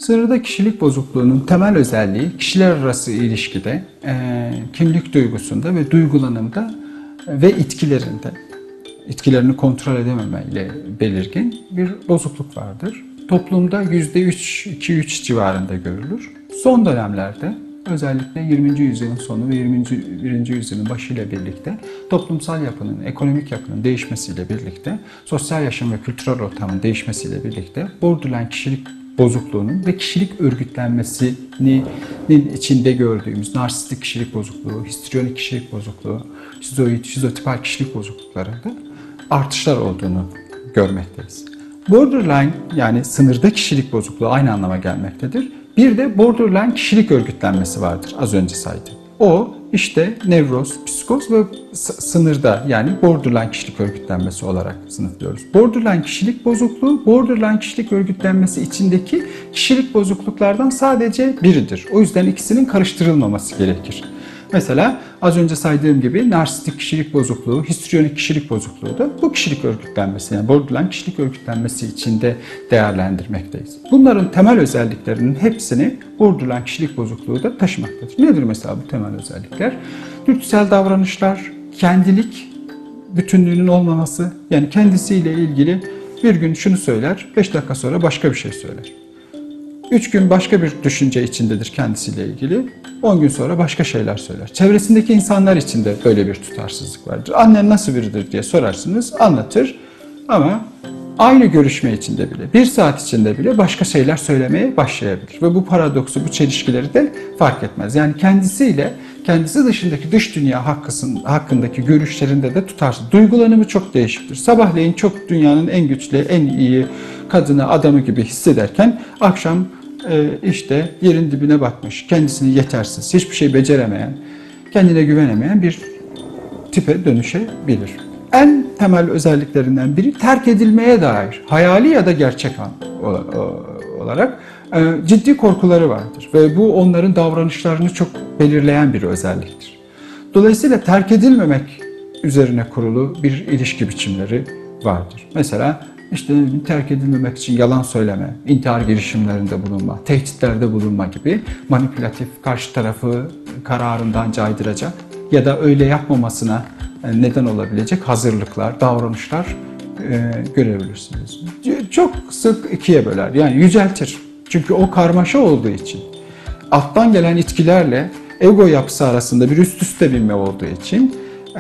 Sınırda kişilik bozukluğunun temel özelliği kişiler arası ilişkide, kimlik duygusunda ve duygulanımda ve itkilerini kontrol edememe ile belirgin bir bozukluk vardır. Toplumda %3, 2-3 civarında görülür. Son dönemlerde özellikle 20. yüzyılın sonu ve 21. yüzyılın başıyla birlikte toplumsal yapının, ekonomik yapının değişmesiyle birlikte, sosyal yaşam ve kültürel ortamın değişmesiyle birlikte borderline kişilik bozukluğunun ve kişilik örgütlenmesinin içinde gördüğümüz narsistik kişilik bozukluğu, histriyonik kişilik bozukluğu, şizoid, şizotipal kişilik bozukluklarında artışlar olduğunu görmekteyiz. Borderline yani sınırda kişilik bozukluğu aynı anlama gelmektedir. Bir de borderline kişilik örgütlenmesi vardır az önce saydım. O işte nevroz, psikoz ve sınırda yani borderline kişilik örgütlenmesi olarak sınıflıyoruz. Borderline kişilik bozukluğu, borderline kişilik örgütlenmesi içindeki kişilik bozukluklardan sadece biridir. O yüzden ikisinin karıştırılmaması gerekir. Mesela az önce saydığım gibi narsistik kişilik bozukluğu, histriyonik kişilik bozukluğu da bu kişilik örgütlenmesi yani borderline kişilik örgütlenmesi içinde değerlendirmekteyiz. Bunların temel özelliklerinin hepsini borderline kişilik bozukluğu da taşımaktadır. Nedir mesela bu temel özellikler? Dürtüsel davranışlar, kendilik bütünlüğünün olmaması, yani kendisiyle ilgili bir gün şunu söyler, 5 dakika sonra başka bir şey söyler. 3 gün başka bir düşünce içindedir kendisiyle ilgili, 10 gün sonra başka şeyler söyler. Çevresindeki insanlar için de böyle bir tutarsızlık vardır. Annen nasıl biridir diye sorarsınız, anlatır ama aynı görüşme içinde bile, 1 saat içinde bile başka şeyler söylemeye başlayabilir. Ve bu paradoksu, bu çelişkileri de fark etmez. Yani kendisiyle, kendisi dışındaki dış dünya hakkındaki görüşlerinde de tutarsız. Duygulanımı çok değişiktir. Sabahleyin çok dünyanın en güçlü, en iyi kadını, adamı gibi hissederken akşam işte yerin dibine batmış, kendisini yetersiz, hiçbir şey beceremeyen, kendine güvenemeyen bir tipe dönüşebilir. En temel özelliklerinden biri terk edilmeye dair, hayali ya da gerçek olarak ciddi korkuları vardır. Ve bu onların davranışlarını çok belirleyen bir özelliktir. Dolayısıyla terk edilmemek üzerine kurulu bir ilişki biçimleri vardır. Mesela İşte terk edilmemek için yalan söyleme, intihar girişimlerinde bulunma, tehditlerde bulunma gibi manipülatif, karşı tarafı kararından caydıracak ya da öyle yapmamasına neden olabilecek hazırlıklar, davranışlar görebilirsiniz. Çok sık ikiye böler, yani yüceltir. Çünkü o karmaşa olduğu için, alttan gelen itkilerle ego yapısı arasında bir üst üste binme olduğu için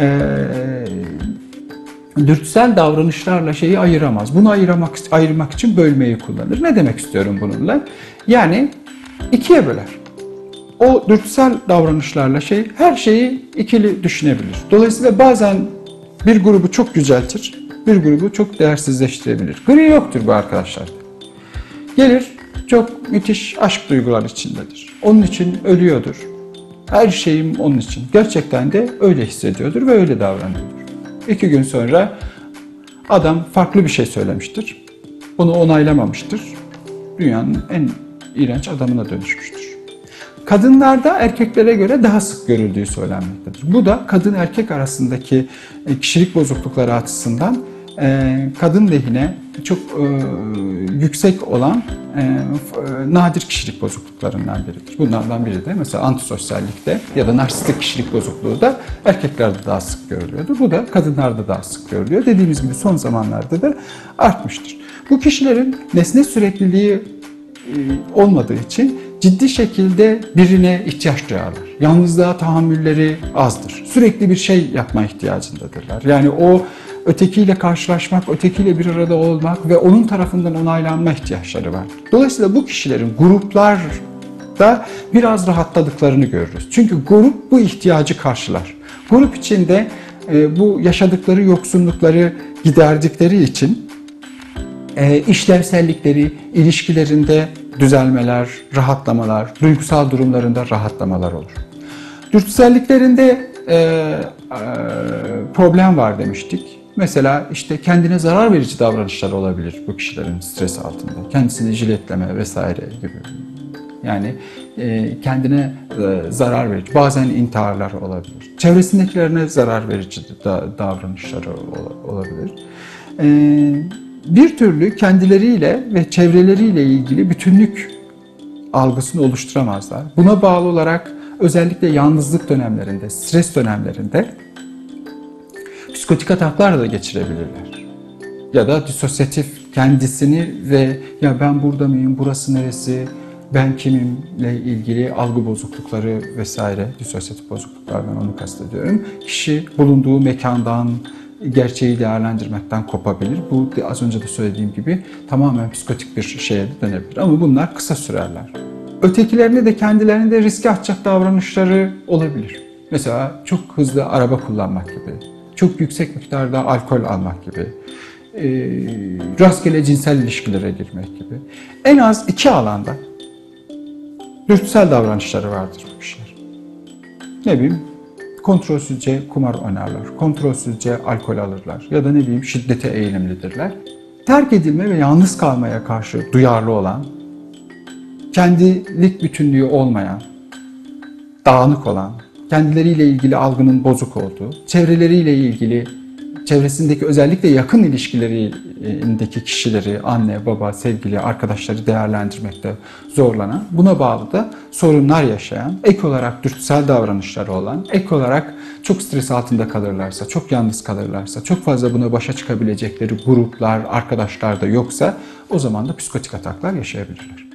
dürtüsel davranışlarla şeyi ayıramaz. Bunu ayırmak için bölmeyi kullanır. Ne demek istiyorum bununla? Yani ikiye böler. O dürtüsel davranışlarla her şeyi ikili düşünebilir. Dolayısıyla bazen bir grubu çok yüceltir, bir grubu çok değersizleştirebilir. Gri yoktur bu arkadaşlar. Gelir, çok müthiş aşk duygular içindedir. Onun için ölüyordur. Her şeyim onun için. Gerçekten de öyle hissediyordur ve öyle davranıyordur. 2 gün sonra adam farklı bir şey söylemiştir. Bunu onaylamamıştır. Dünyanın en iğrenç adamına dönüşmüştür. Kadınlarda erkeklere göre daha sık görüldüğü söylenmektedir. Bu da kadın erkek arasındaki kişilik bozuklukları açısından kadın lehine çok yüksek olan nadir kişilik bozukluklarından biridir. Bunlardan biri de mesela antisosyallikte ya da narsistik kişilik bozukluğu da erkeklerde daha sık görülüyordu. Bu da kadınlarda daha sık görülüyor. Dediğimiz gibi son zamanlarda da artmıştır. Bu kişilerin nesne sürekliliği olmadığı için ciddi şekilde birine ihtiyaç duyarlar. Yalnızlığa tahammülleri azdır. Sürekli bir şey yapma ihtiyacındadırlar. Yani o ötekiyle karşılaşmak, ötekiyle bir arada olmak ve onun tarafından onaylanma ihtiyaçları var. Dolayısıyla bu kişilerin gruplarda biraz rahatladıklarını görürüz. Çünkü grup bu ihtiyacı karşılar. Grup içinde bu yaşadıkları yoksunlukları giderdikleri için işlevsellikleri, ilişkilerinde düzelmeler, rahatlamalar, duygusal durumlarında rahatlamalar olur. Dürtüselliklerinde problem var demiştik. Mesela işte kendine zarar verici davranışlar olabilir bu kişilerin stres altında. Kendisini jiletleme vesaire gibi. Yani kendine zarar verici, bazen intiharlar olabilir. Çevresindekilerine zarar verici davranışlar olabilir. Bir türlü kendileriyle ve çevreleriyle ilgili bütünlük algısını oluşturamazlar. Buna bağlı olarak özellikle yalnızlık dönemlerinde, stres dönemlerinde psikotik ataklar da geçirebilirler. Ya da disosyatif kendisini ve ya ben burada mıyım, burası neresi, ben kimimle ilgili algı bozuklukları vesaire, disosyatif bozukluklardan onu kastediyorum. Kişi bulunduğu mekandan, gerçeği değerlendirmekten kopabilir. Bu az önce de söylediğim gibi tamamen psikotik bir şeye de dönebilir. Ama bunlar kısa sürerler. Ötekilerinde de kendilerinde riske atacak davranışları olabilir. Mesela çok hızlı araba kullanmak gibi, çok yüksek miktarda alkol almak gibi, rastgele cinsel ilişkilere girmek gibi. En az 2 alanda dürtüsel davranışları vardır bu kişiler. Ne bileyim, kontrolsüzce kumar oynarlar, kontrolsüzce alkol alırlar ya da ne bileyim şiddete eğilimlidirler. Terk edilme ve yalnız kalmaya karşı duyarlı olan, kendilik bütünlüğü olmayan, dağınık olan, kendileriyle ilgili algının bozuk olduğu, çevreleriyle ilgili, çevresindeki özellikle yakın ilişkilerindeki kişileri, anne, baba, sevgili, arkadaşları değerlendirmekte zorlanan, buna bağlı da sorunlar yaşayan, ek olarak dürtüsel davranışları olan, ek olarak çok stres altında kalırlarsa, çok yalnız kalırlarsa, çok fazla buna başa çıkabilecekleri gruplar, arkadaşlar da yoksa o zaman da psikotik ataklar yaşayabilirler.